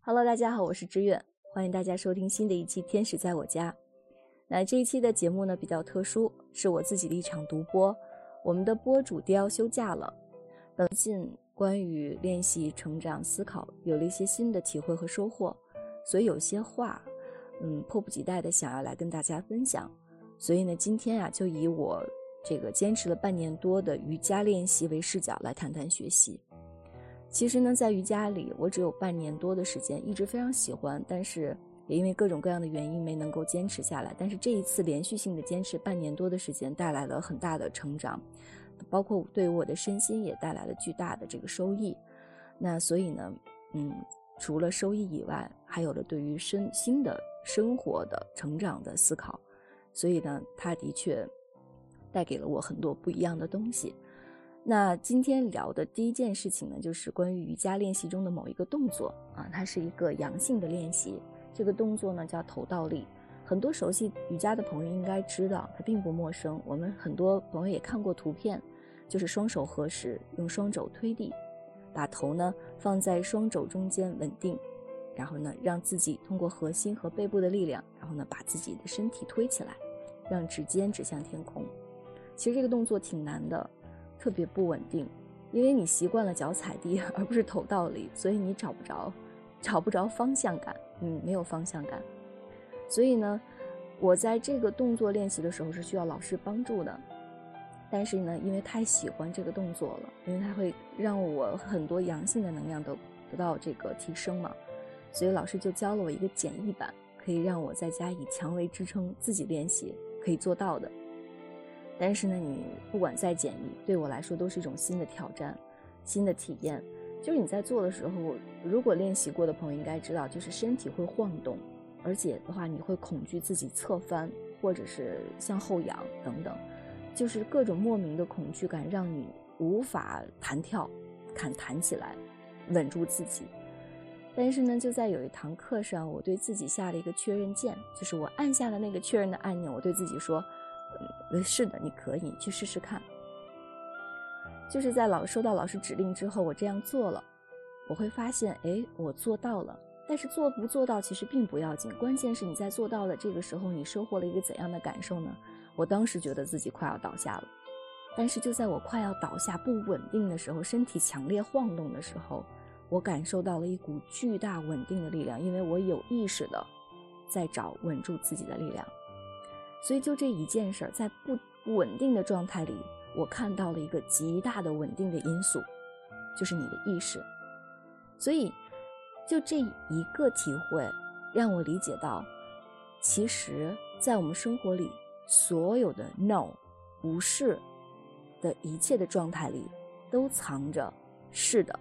Hello， 大家好，我是知远，欢迎大家收听新的一期《天使在我家》。那这一期的节目呢比较特殊，是我自己的一场独播，我们的播主都要休假了。等近关于练习、成长、思考有了一些新的体会和收获，所以有些话，迫不及待的想要来跟大家分享。所以呢，今天就以我这个坚持了半年多的瑜伽练习为视角来谈谈学习。其实呢，在瑜伽里我只有半年多的时间，一直非常喜欢，但是也因为各种各样的原因没能够坚持下来。但是这一次连续性的坚持半年多的时间带来了很大的成长，包括对我的身心也带来了巨大的这个收益。那所以呢，除了收益以外，还有了对于新的生活的成长的思考。所以呢，它的确带给了我很多不一样的东西。那今天聊的第一件事情呢，就是关于瑜伽练习中的某一个动作它是一个阳性的练习。这个动作呢叫头倒立，很多熟悉瑜伽的朋友应该知道，它并不陌生。我们很多朋友也看过图片，就是双手合十，用双肘推地，把头呢放在双肘中间稳定，然后呢让自己通过核心和背部的力量，然后呢把自己的身体推起来，让指尖指向天空。其实这个动作挺难的，特别不稳定，因为你习惯了脚踩地而不是头倒立，所以你找不着方向感，没有方向感。所以呢，我在这个动作练习的时候是需要老师帮助的。但是呢，因为太喜欢这个动作了，因为它会让我很多阳性的能量都得到这个提升嘛，所以老师就教了我一个简易版，可以让我在家以强为支撑自己练习可以做到的。但是呢，你不管再简易，对我来说都是一种新的挑战，新的体验。就是你在做的时候，如果练习过的朋友应该知道，就是身体会晃动，而且的话你会恐惧自己侧翻或者是向后仰等等，就是各种莫名的恐惧感让你无法弹起来稳住自己。但是呢，就在有一堂课上，我对自己下了一个确认键，就是我按下了那个确认的按钮，我对自己说是的，你可以，你去试试看。就是在收到老师指令之后，我这样做了，我会发现我做到了。但是做不做到其实并不要紧，关键是你在做到了这个时候，你收获了一个怎样的感受呢？我当时觉得自己快要倒下了，但是就在我快要倒下不稳定的时候，身体强烈晃动的时候，我感受到了一股巨大稳定的力量，因为我有意识的在找稳住自己的力量。所以就这一件事，在不稳定的状态里，我看到了一个极大的稳定的因素，就是你的意识。所以就这一个体会让我理解到，其实在我们生活里所有的 no 不是的一切的状态里，都藏着是的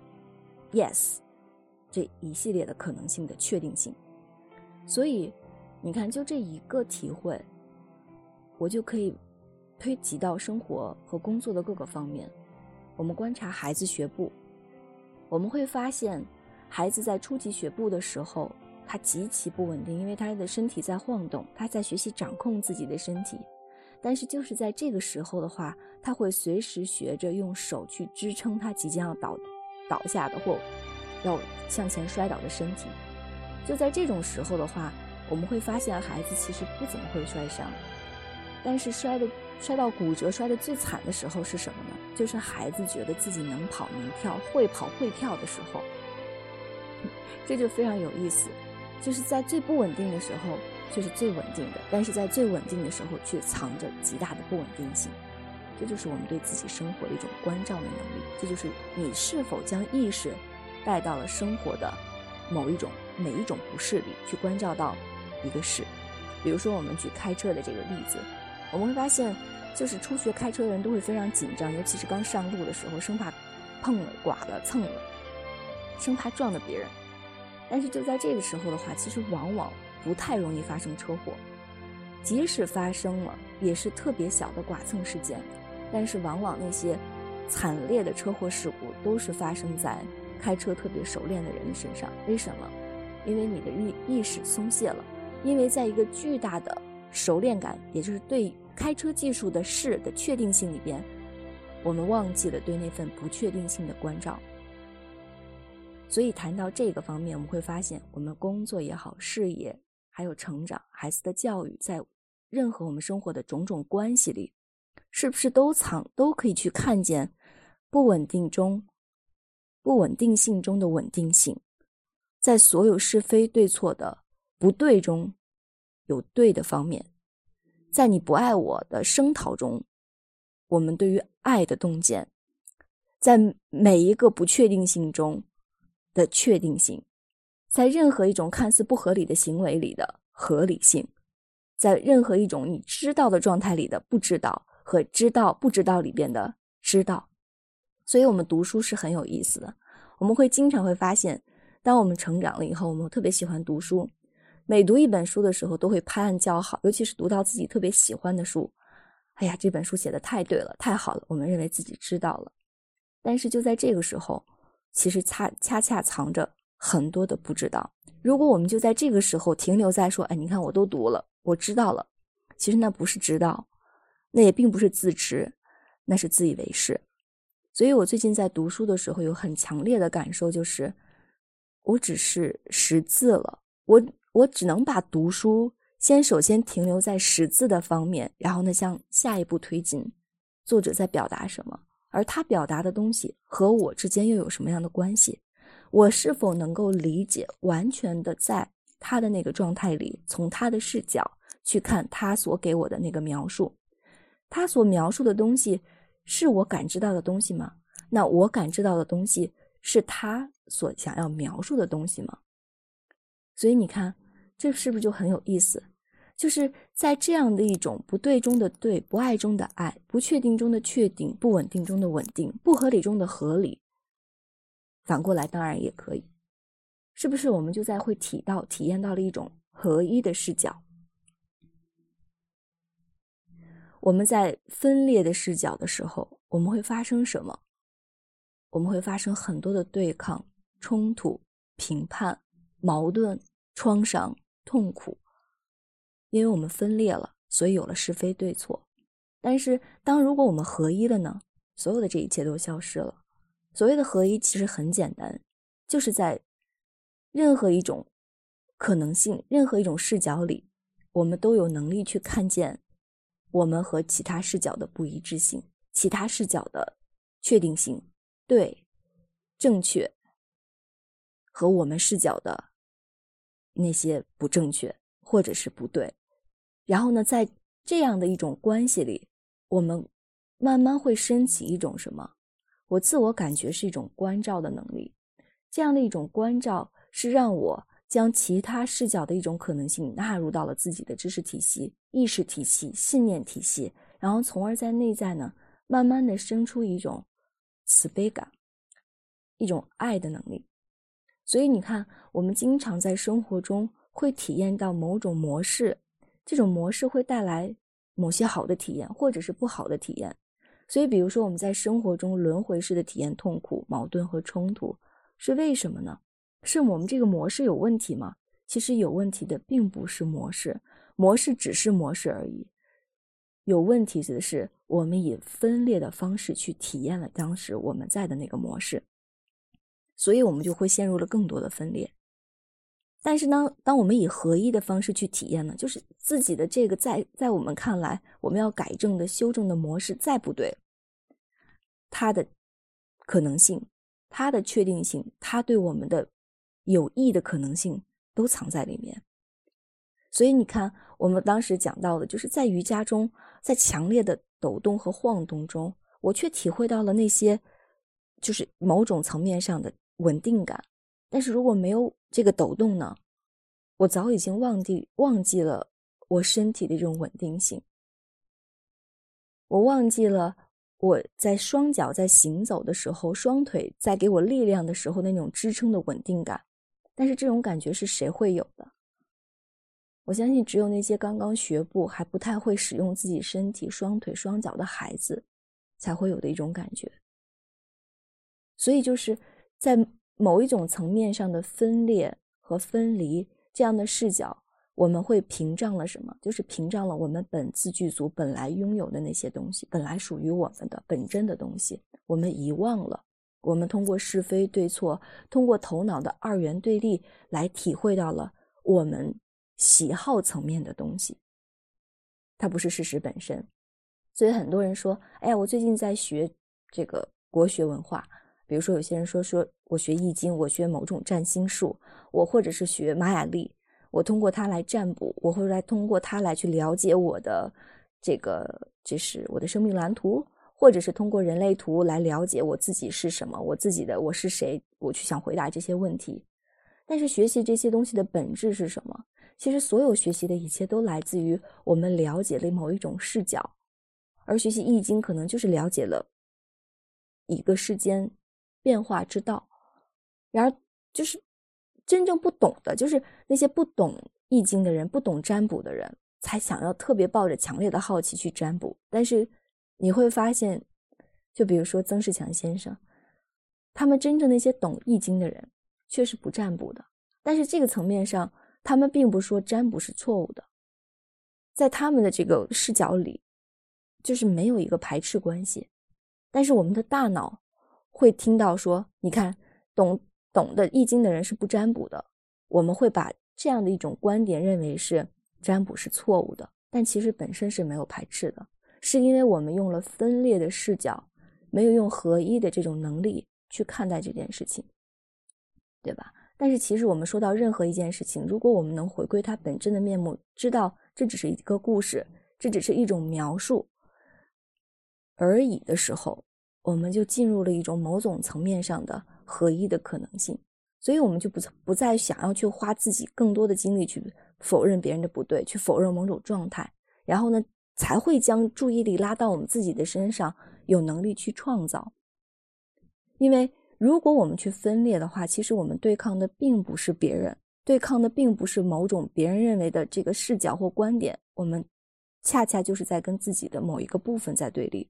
yes 这一系列的可能性的确定性。所以你看，就这一个体会，我就可以推及到生活和工作的各个方面。我们观察孩子学步，我们会发现孩子在初级学步的时候，他极其不稳定，因为他的身体在晃动，他在学习掌控自己的身体。但是就是在这个时候的话，他会随时学着用手去支撑他即将要倒下的或要向前摔倒的身体。就在这种时候的话，我们会发现孩子其实不怎么会摔伤，但是摔到骨折摔得最惨的时候是什么呢？就是孩子觉得自己能跑能跳，会跑会跳的时候。这就非常有意思，就是在最不稳定的时候却是最稳定的，但是在最稳定的时候却藏着极大的不稳定性。这就是我们对自己生活的一种关照的能力，这就是你是否将意识带到了生活的每一种不是里去关照到一个是。比如说我们举开车的这个例子，我们会发现就是初学开车的人都会非常紧张，尤其是刚上路的时候，生怕碰了剐了蹭了，生怕撞了别人。但是就在这个时候的话，其实往往不太容易发生车祸，即使发生了也是特别小的剐蹭事件。但是往往那些惨烈的车祸事故都是发生在开车特别熟练的人的身上。为什么？因为你的意识松懈了，因为在一个巨大的熟练感，也就是对开车技术的是的确定性里边，我们忘记了对那份不确定性的关照。 所以谈到这个方面，我们会发现我们工作也好，事业还有成长，孩子的教育，在任何我们生活的种种关系里，是不是都可以去看见不稳定性中的稳定性，在所有是非对错的不对中有对的方面，在你不爱我的声讨中，我们对于爱的洞见，在每一个不确定性中的确定性，在任何一种看似不合理的行为里的合理性，在任何一种你知道的状态里的不知道和知道不知道里边的知道。所以我们读书是很有意思的，我们会经常会发现，当我们成长了以后，我们特别喜欢读书，每读一本书的时候都会拍案叫好，尤其是读到自己特别喜欢的书，哎呀，这本书写得太对了，太好了，我们认为自己知道了。但是就在这个时候，其实恰恰藏着很多的不知道。如果我们就在这个时候停留在说，哎，你看我都读了，我知道了，其实那不是知道，那也并不是自知，那是自以为是。所以我最近在读书的时候有很强烈的感受，就是我只是识字了，我只能把读书首先停留在识字的方面，然后呢向下一步推进，作者在表达什么，而他表达的东西和我之间又有什么样的关系，我是否能够理解，完全的在他的那个状态里，从他的视角去看他所给我的那个描述，他所描述的东西是我感知到的东西吗？那我感知到的东西是他所想要描述的东西吗？所以你看，这是不是就很有意思？就是在这样的一种不对中的对，不爱中的爱，不确定中的确定，不稳定中的稳定，不合理中的合理，反过来当然也可以，是不是我们就会体验到了一种合一的视角？我们在分裂的视角的时候，我们会发生什么？我们会发生很多的对抗、冲突、评判、矛盾、创伤、痛苦，因为我们分裂了，所以有了是非对错。但是如果我们合一了呢，所有的这一切都消失了。所谓的合一其实很简单，就是在任何一种可能性、任何一种视角里，我们都有能力去看见我们和其他视角的不一致性，其他视角的确定性，对、正确，和我们视角的那些不正确或者是不对。然后呢，在这样的一种关系里，我们慢慢会升起一种什么？我自我感觉是一种关照的能力。这样的一种关照是让我将其他视角的一种可能性纳入到了自己的知识体系、意识体系、信念体系，然后从而在内在呢，慢慢的生出一种慈悲感，一种爱的能力。所以你看，我们经常在生活中会体验到某种模式，这种模式会带来某些好的体验，或者是不好的体验。所以比如说我们在生活中轮回式的体验痛苦、矛盾和冲突，是为什么呢？是我们这个模式有问题吗？其实有问题的并不是模式，模式只是模式而已。有问题的是我们以分裂的方式去体验了当时我们在的那个模式，所以我们就会陷入了更多的分裂。但是呢，当我们以合一的方式去体验呢，就是自己的这个在我们看来我们要改正的修正的模式再不对，它的可能性、它的确定性、它对我们的有益的可能性都藏在里面。所以你看，我们当时讲到的就是在瑜伽中，在强烈的抖动和晃动中，我却体会到了那些就是某种层面上的稳定感。但是如果没有这个抖动呢，我早已经忘记了我身体的这种稳定性，我忘记了我在双脚在行走的时候，双腿在给我力量的时候那种支撑的稳定感。但是这种感觉是谁会有的？我相信只有那些刚刚学步还不太会使用自己身体双腿双脚的孩子才会有的一种感觉。所以就是在某一种层面上的分裂和分离这样的视角，我们会屏障了什么？就是屏障了我们本自具足本来拥有的那些东西，本来属于我们的本真的东西，我们遗忘了， 我们通过是非对错，通过头脑的二元对立来体会到了我们喜好层面的东西，它不是事实本身。所以很多人说，哎呀，我最近在学这个国学文化，比如说有些人说我学易经，我学某种占星术，我或者是学玛雅历，我通过它来占卜，我会来通过它来去了解我的就是我的生命蓝图，或者是通过人类图来了解我自己是什么，我是谁，我去想回答这些问题。但是学习这些东西的本质是什么？其实所有学习的一切都来自于我们了解了某一种视角，而学习易经可能就是了解了一个世间变化之道。然而就是真正不懂的，就是那些不懂易经的人，不懂占卜的人，才想要特别抱着强烈的好奇去占卜。但是你会发现，就比如说曾仕强先生，他们真正那些懂易经的人却是不占卜的。但是这个层面上，他们并不说占卜是错误的，在他们的这个视角里，就是没有一个排斥关系。但是我们的大脑会听到说，你看懂的易经的人是不占卜的，我们会把这样的一种观点认为是占卜是错误的，但其实本身是没有排斥的，是因为我们用了分裂的视角，没有用合一的这种能力去看待这件事情，对吧？但是其实我们说到任何一件事情，如果我们能回归它本真的面目，知道这只是一个故事，这只是一种描述而已的时候，我们就进入了一种某种层面上的合一的可能性。所以我们就不再想要去花自己更多的精力去否认别人的不对，去否认某种状态，然后呢才会将注意力拉到我们自己的身上，有能力去创造。因为如果我们去分裂的话，其实我们对抗的并不是别人，对抗的并不是某种别人认为的这个视角或观点，我们恰恰就是在跟自己的某一个部分在对立。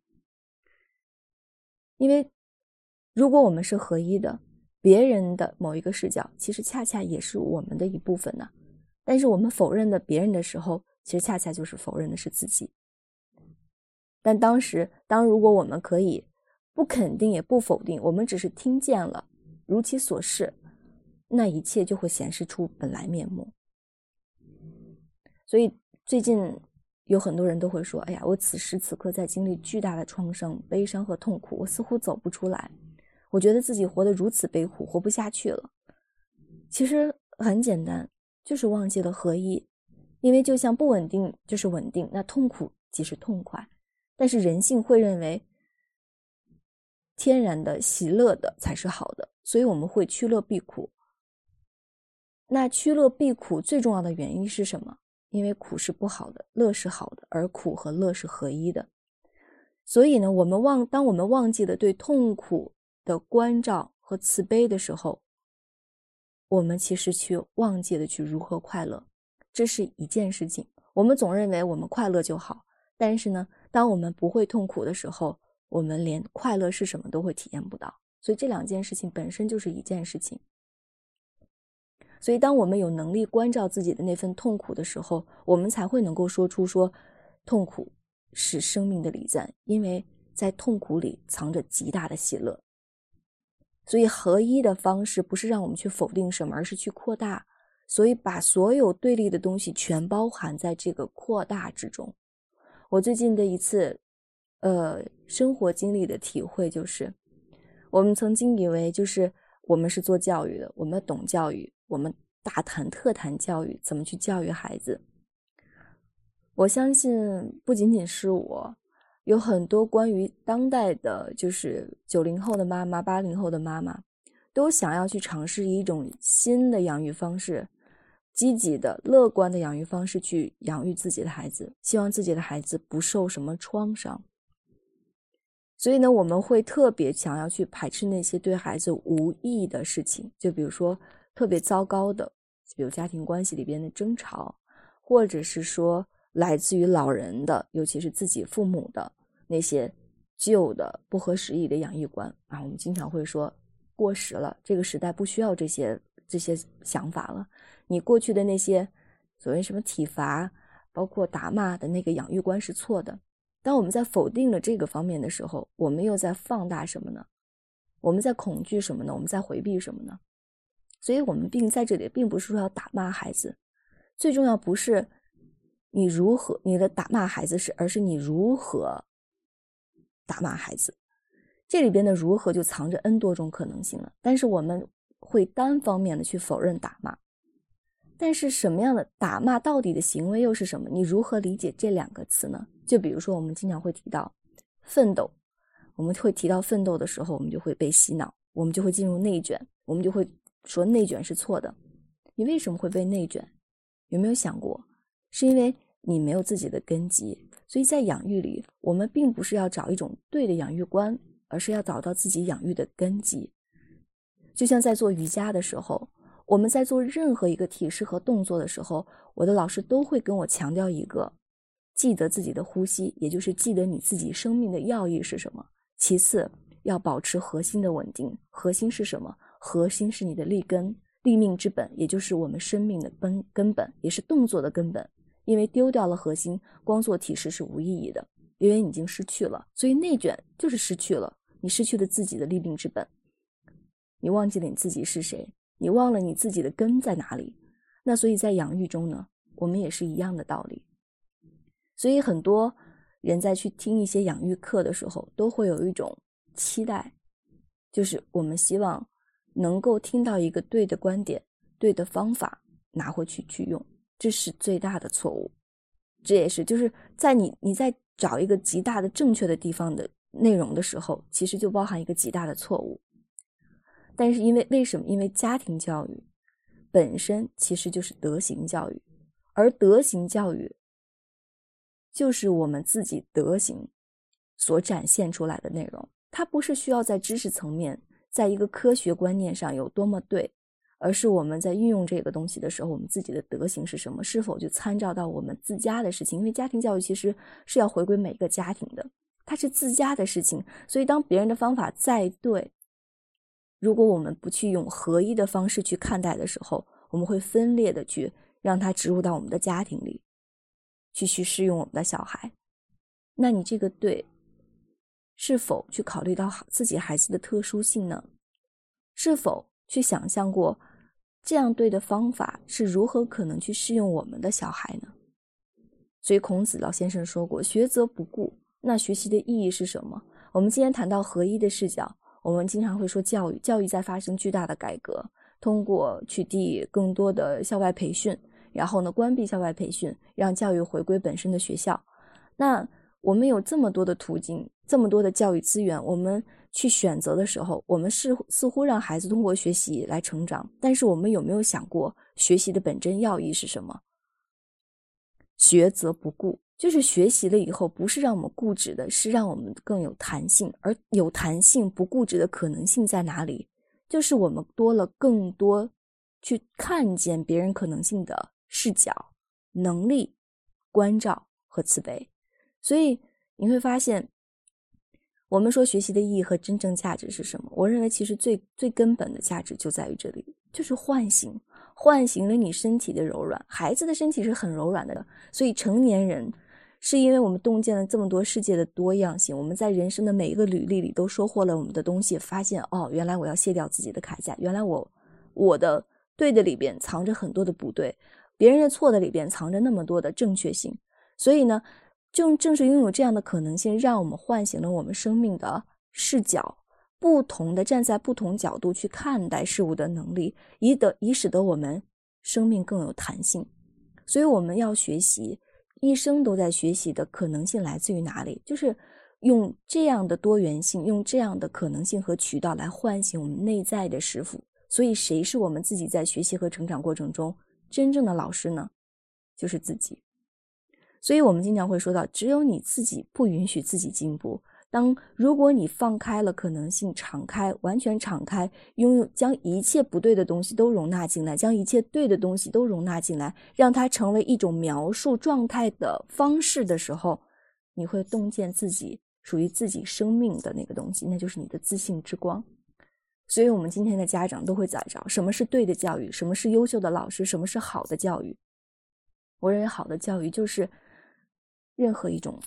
因为如果我们是合一的，别人的某一个视角其实恰恰也是我们的一部分呢。但是我们否认的别人的时候，其实恰恰就是否认的是自己。但当如果我们可以不肯定也不否定，我们只是听见了，如其所是，那一切就会显示出本来面目。所以最近有很多人都会说，哎呀，我此时此刻在经历巨大的创伤、悲伤和痛苦，我似乎走不出来，我觉得自己活得如此悲苦，活不下去了。其实很简单，就是忘记了合一。因为就像不稳定就是稳定，那痛苦即是痛快，但是人性会认为天然的喜乐的才是好的，所以我们会趋乐避苦。那趋乐避苦最重要的原因是什么？因为苦是不好的，乐是好的，而苦和乐是合一的。所以呢，当我们忘记了对痛苦的关照和慈悲的时候，我们其实忘记了去如何快乐。这是一件事情。我们总认为我们快乐就好，但是呢，当我们不会痛苦的时候，我们连快乐是什么都会体验不到。所以这两件事情本身就是一件事情。所以当我们有能力关照自己的那份痛苦的时候，我们才会能够说痛苦是生命的礼赞，因为在痛苦里藏着极大的喜乐。所以合一的方式不是让我们去否定什么，而是去扩大，所以把所有对立的东西全包含在这个扩大之中。我最近的一次生活经历的体会就是，我们曾经以为就是我们是做教育的，我们懂教育，我们大谈特谈教育，怎么去教育孩子。我相信不仅仅是我，有很多关于当代的就是90后的妈妈、80后的妈妈，都想要去尝试一种新的养育方式，积极的、乐观的养育方式去养育自己的孩子，希望自己的孩子不受什么创伤。所以呢，我们会特别想要去排斥那些对孩子无益的事情，就比如说特别糟糕的，比如家庭关系里边的争吵，或者是说来自于老人的，尤其是自己父母的那些旧的不合时宜的养育观啊，我们经常会说过时了，这个时代不需要这些想法了。你过去的那些所谓什么体罚，包括打骂的那个养育观是错的。当我们在否定了这个方面的时候，我们又在放大什么呢？ 我们在恐惧什么呢？我们在回避什么呢？所以我们在这里并不是说要打骂孩子，最重要不是你的打骂孩子而是你如何打骂孩子。这里边的如何就藏着 N 多种可能性了，但是我们会单方面的去否认打骂。但是什么样的打骂到底的行为又是什么？你如何理解这2个词呢？就比如说我们经常会提到奋斗，我们会提到奋斗的时候，我们就会被洗脑，我们就会进入内卷，我们就会说内卷是错的。你为什么会被内卷？有没有想过？是因为你没有自己的根基。所以在养育里，我们并不是要找一种对的养育观，而是要找到自己养育的根基。就像在做瑜伽的时候，我们在做任何一个体式和动作的时候，我的老师都会跟我强调一个，记得自己的呼吸，也就是记得你自己生命的要义是什么。其次，要保持核心的稳定。核心是什么？核心是你的立根，立命之本，也就是我们生命的根本，也是动作的根本。因为丢掉了核心，光做体式是无意义的，因为你已经失去了。所以内卷就是失去了，你失去了自己的立命之本，你忘记了你自己是谁，你忘了你自己的根在哪里。那所以在养育中呢，我们也是一样的道理。所以很多人在去听一些养育课的时候，都会有一种期待，就是我们希望能够听到一个对的观点，对的方法拿回去用，这是最大的错误。这也是就是在你在找一个极大的正确的地方的内容的时候，其实就包含一个极大的错误。但是为什么？因为家庭教育本身其实就是德行教育，而德行教育就是我们自己德行所展现出来的内容。它不是需要在知识层面，在一个科学观念上有多么对，而是我们在运用这个东西的时候，我们自己的德行是什么，是否就参照到我们自家的事情。因为家庭教育其实是要回归每个家庭的，它是自家的事情。所以当别人的方法再对，如果我们不去用合一的方式去看待的时候，我们会分裂的去让它植入到我们的家庭里，去适用我们的小孩。那你这个对，是否去考虑到自己孩子的特殊性呢？是否去想象过这样对的方法是如何可能去适用我们的小孩呢？所以孔子老先生说过，学则不固。那学习的意义是什么？我们今天谈到合一的视角，我们经常会说教育在发生巨大的改革，通过取缔更多的校外培训，然后呢关闭校外培训，让教育回归本身的学校。那我们有这么多的途径，这么多的教育资源，我们去选择的时候，我们似乎让孩子通过学习来成长，但是我们有没有想过学习的本真要义是什么？学则不固，就是学习了以后不是让我们固执的，是让我们更有弹性。而有弹性不固执的可能性在哪里？就是我们多了更多去看见别人可能性的视角、能力、关照和慈悲。所以你会发现，我们说学习的意义和真正价值是什么？我认为其实最根本的价值就在于这里，就是唤醒了你身体的柔软。孩子的身体是很柔软的，所以成年人是因为我们洞见了这么多世界的多样性，我们在人生的每一个履历里都收获了我们的东西，发现原来我要卸掉自己的铠甲，原来我的对的里边藏着很多的不对，别人的错的里边藏着那么多的正确性。所以呢，正是拥有这样的可能性，让我们唤醒了我们生命的视角，不同的站在不同角度去看待事物的能力，以使得我们生命更有弹性。所以我们要学习，一生都在学习的可能性来自于哪里？就是用这样的多元性，用这样的可能性和渠道来唤醒我们内在的师傅。所以谁是我们自己在学习和成长过程中真正的老师呢？就是自己。所以我们经常会说到，只有你自己不允许自己进步。如果你放开了可能性，完全敞开，将一切不对的东西都容纳进来，将一切对的东西都容纳进来，让它成为一种描述状态的方式的时候，你会洞见自己属于自己生命的那个东西，那就是你的自信之光。所以我们今天的家长都会在找什么是对的教育，什么是优秀的老师，什么是好的教育。我认为好的教育就是任何一种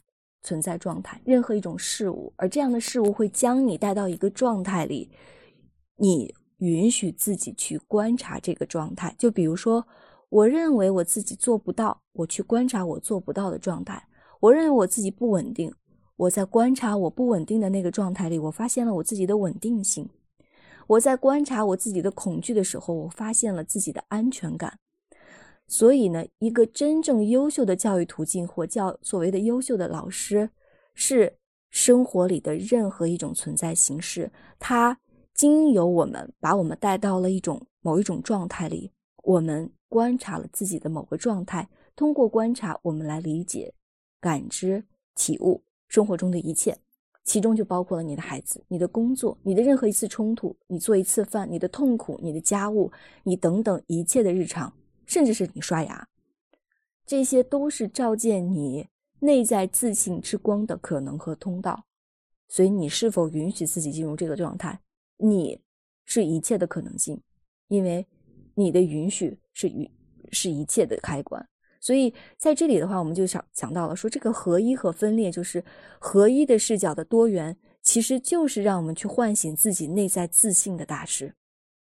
存在状态，任何一种事物，而这样的事物会将你带到一个状态里，你允许自己去观察这个状态。就比如说，我认为我自己做不到，我去观察我做不到的状态；我认为我自己不稳定，我在观察我不稳定的那个状态里，我发现了我自己的稳定性；我在观察我自己的恐惧的时候，我发现了自己的安全感。所以呢，一个真正优秀的教育途径或所谓的优秀的老师，是生活里的任何一种存在形式，它经由我们把我们带到了某一种状态里，我们观察了自己的某个状态，通过观察我们来理解、感知、体悟生活中的一切，其中就包括了你的孩子、你的工作、你的任何一次冲突、你做一次饭、你的痛苦、你的家务、你等等一切的日常，甚至是你刷牙，这些都是照见你内在自信之光的可能和通道。所以你是否允许自己进入这个状态，你是一切的可能性，因为你的允许是一切的开关。所以在这里的话，我们就想到了说，这个合一和分裂，就是合一的视角的多元，其实就是让我们去唤醒自己内在自信的大师。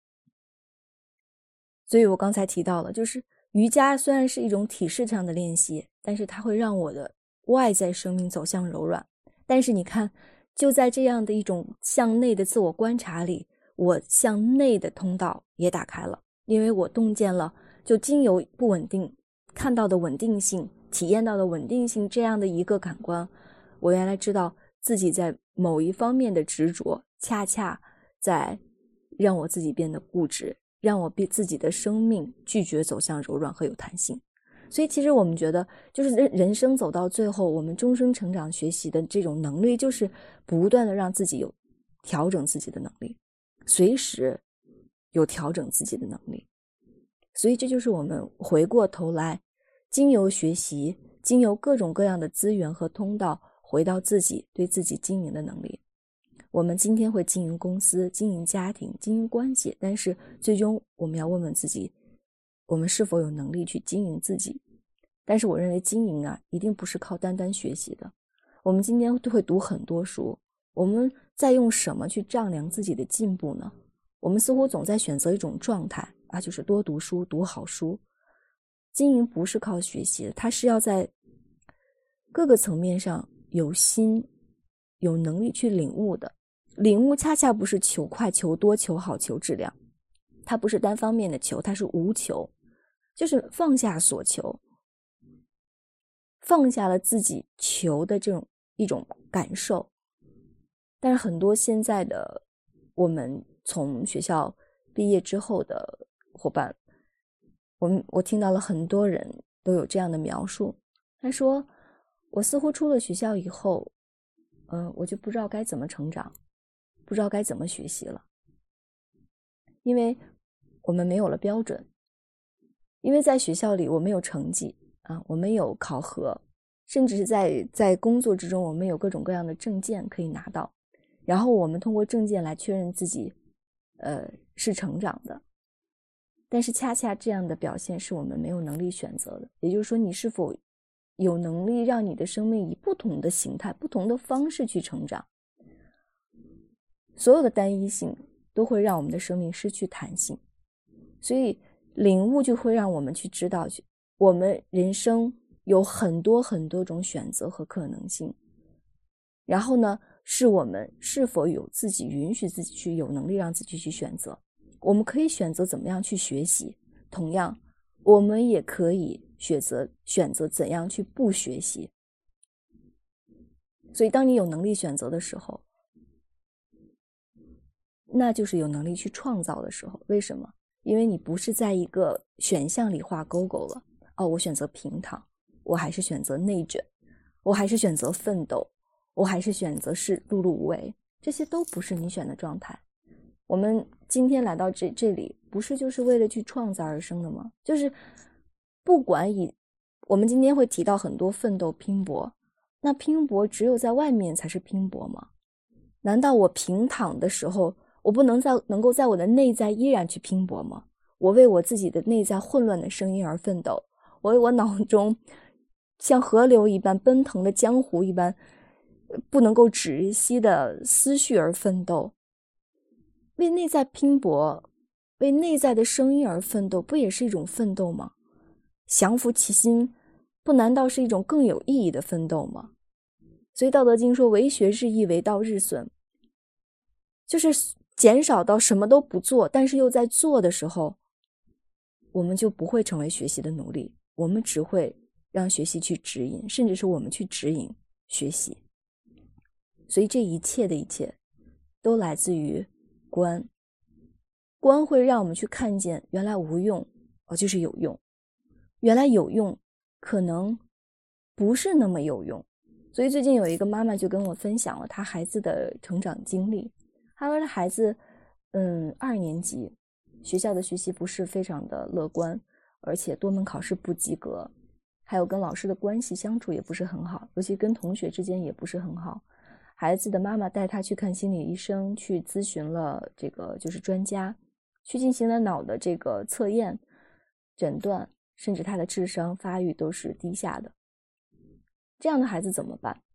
所以我刚才提到了，就是瑜伽虽然是一种体式上的练习，但是它会让我的外在生命走向柔软。但是你看，就在这样的一种向内的自我观察里，我向内的通道也打开了，因为我洞见了，就经由不稳定看到的稳定性，体验到的稳定性这样的一个感官，我原来知道自己在某一方面的执着，恰恰在让我自己变得固执，让我自己的生命拒绝走向柔软和有弹性。所以其实我们觉得，就是人生走到最后，我们终生成长学习的这种能力，就是不断的让自己有调整自己的能力，随时有调整自己的能力。所以这就是我们回过头来，经由学习，经由各种各样的资源和通道，回到自己对自己经营的能力。我们今天会经营公司、经营家庭、经营关系，但是最终我们要问问自己，我们是否有能力去经营自己。但是我认为经营一定不是靠单单学习的。我们今天都会读很多书，我们在用什么去丈量自己的进步呢？我们似乎总在选择一种状态就是多读书，读好书。经营不是靠学习的，它是要在各个层面上有心、有能力去领悟的。领悟恰恰不是求快、求多、求好、求质量，它不是单方面的求，它是无求，就是放下所求，放下了自己求的这种一种感受。但是很多现在的我们从学校毕业之后的伙伴，我听到了很多人都有这样的描述，他说我似乎出了学校以后我就不知道该怎么成长，不知道该怎么学习了，因为我们没有了标准，因为在学校里我没有成绩我们有考核，甚至是在工作之中我们有各种各样的证件可以拿到，然后我们通过证件来确认自己是成长的。但是恰恰这样的表现是我们没有能力选择的，也就是说你是否有能力让你的生命以不同的形态、不同的方式去成长。所有的单一性都会让我们的生命失去弹性，所以领悟就会让我们去知道，我们人生有很多很多种选择和可能性。然后呢，是我们是否有自己允许自己去有能力让自己去选择。我们可以选择怎么样去学习，同样我们也可以选择怎样去不学习。所以当你有能力选择的时候，那就是有能力去创造的时候。为什么？因为你不是在一个选项里画勾勾了我选择平躺，我还是选择内卷，我还是选择奋斗，我还是选择是碌碌无为，这些都不是你选的状态。我们今天来到这里，不是就是为了去创造而生的吗？就是不管我们今天会提到很多奋斗拼搏，那拼搏只有在外面才是拼搏吗？难道我平躺的时候，我不能够在我的内在依然去拼搏吗？我为我自己的内在混乱的声音而奋斗，我为我脑中像河流一般奔腾的江湖一般不能够止息的思绪而奋斗，为内在拼搏，为内在的声音而奋斗，不也是一种奋斗吗？降服其心，不难道是一种更有意义的奋斗吗？所以道德经说为学日益，为道日损，就是减少到什么都不做，但是又在做的时候，我们就不会成为学习的奴隶，我们只会让学习去指引，甚至是我们去指引学习。所以这一切的一切都来自于观，观会让我们去看见原来无用就是有用，原来有用可能不是那么有用。所以最近有一个妈妈就跟我分享了她孩子的成长经历，她说她孩子2年级学校的学习不是非常的乐观，而且多门考试不及格，还有跟老师的关系相处也不是很好，尤其跟同学之间也不是很好。孩子的妈妈带他去看心理医生，去咨询了这个就是专家，去进行了脑的这个测验诊断，甚至他的智商发育都是低下的。这样的孩子怎么办？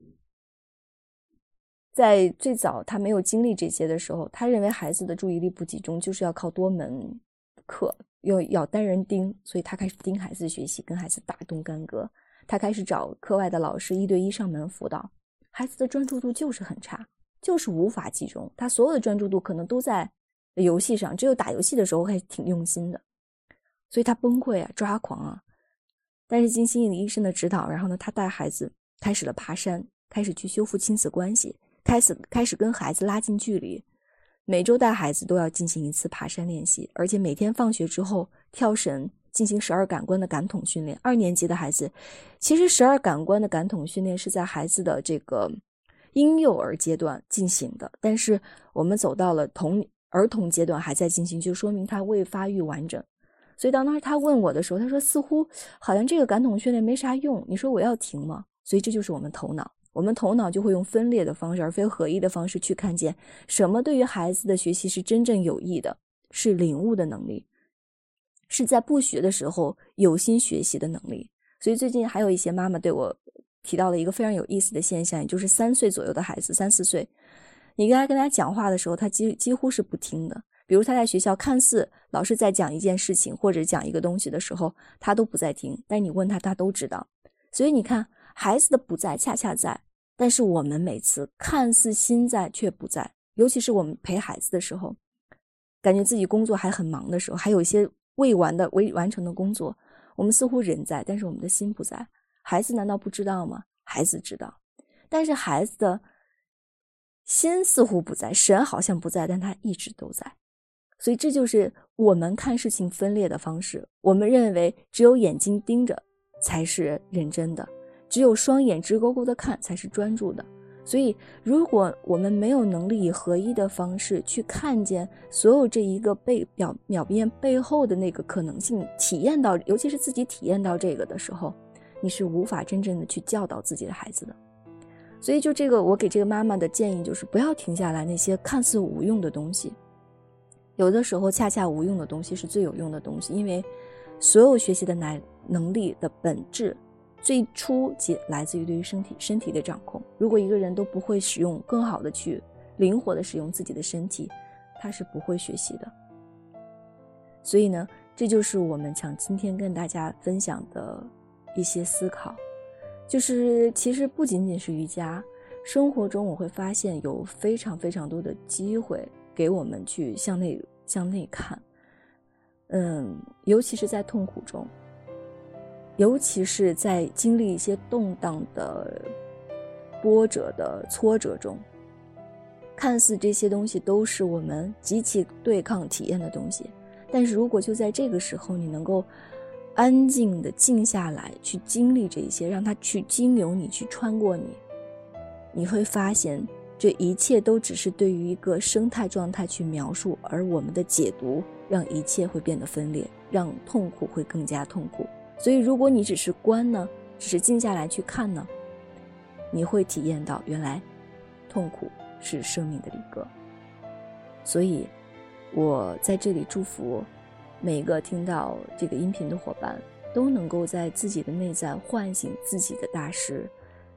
在最早他没有经历这些的时候，他认为孩子的注意力不集中就是要靠多门课，又要单人盯，所以他开始盯孩子的学习，跟孩子大动干戈。他开始找课外的老师1对1上门辅导，孩子的专注度就是很差，就是无法集中，他所有的专注度可能都在游戏上，只有打游戏的时候还挺用心的，所以他崩溃抓狂但是经心理医生的指导，然后呢，他带孩子开始了爬山，开始去修复亲子关系，开始跟孩子拉近距离，每周带孩子都要进行1次爬山练习，而且每天放学之后跳绳，进行12感官的感统训练。2年级的孩子，其实12感官的感统训练是在孩子的这个婴幼儿阶段进行的，但是我们走到了儿童阶段还在进行，就说明他未发育完整。所以当时他问我的时候，他说似乎好像这个感统训练没啥用，你说我要停吗？所以这就是我们头脑，我们头脑就会用分裂的方式而非合一的方式去看见什么对于孩子的学习是真正有益的，是领悟的能力，是在不学的时候有心学习的能力。所以最近还有一些妈妈对我提到了一个非常有意思的现象，也就是3岁左右的孩子，3、4岁，你跟他讲话的时候，他几乎是不听的。比如他在学校看似老师在讲一件事情或者讲一个东西的时候，他都不在听，但你问他，他都知道。所以你看，孩子的不在恰恰在，但是我们每次看似心在却不在，尤其是我们陪孩子的时候，感觉自己工作还很忙的时候，还有一些未完成的工作，我们似乎人在，但是我们的心不在。孩子难道不知道吗？孩子知道，但是孩子的心似乎不在，神好像不在，但他一直都在。所以这就是我们看事情分裂的方式，我们认为只有眼睛盯着才是认真的，只有双眼直勾勾的看才是专注的。所以如果我们没有能力以合一的方式去看见所有这一个表面背后的那个可能性，体验到，尤其是自己体验到这个的时候，你是无法真正的去教导自己的孩子的。所以就这个，我给这个妈妈的建议就是不要停下来那些看似无用的东西，有的时候恰恰无用的东西是最有用的东西，因为所有学习的能力的本质最初即来自于对于身体的掌控。如果一个人都不会使用更好的去灵活的使用自己的身体，他是不会学习的。所以呢，这就是我们想今天跟大家分享的一些思考，就是其实不仅仅是瑜伽，生活中我会发现有非常非常多的机会给我们去向内看，尤其是在痛苦中，尤其是在经历一些动荡的波折的挫折中，看似这些东西都是我们极其对抗体验的东西，但是如果就在这个时候你能够安静的静下来去经历这一些，让它去经由你，去穿过你，你会发现这一切都只是对于一个生态状态去描述，而我们的解读让一切会变得分裂，让痛苦会更加痛苦。所以如果你只是观呢，只是静下来去看呢，你会体验到原来痛苦是生命的离歌。所以我在这里祝福每个听到这个音频的伙伴都能够在自己的内在唤醒自己的大师，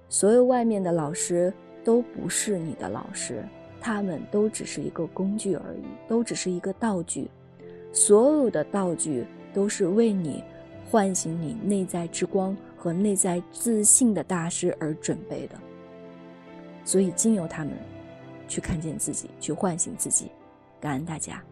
所有外面的老师都不是你的老师，他们都只是一个工具而已，都只是一个道具。所有的道具都是为你唤醒你内在之光和内在自信的大师而准备的。所以经由他们去看见自己，去唤醒自己。感恩大家。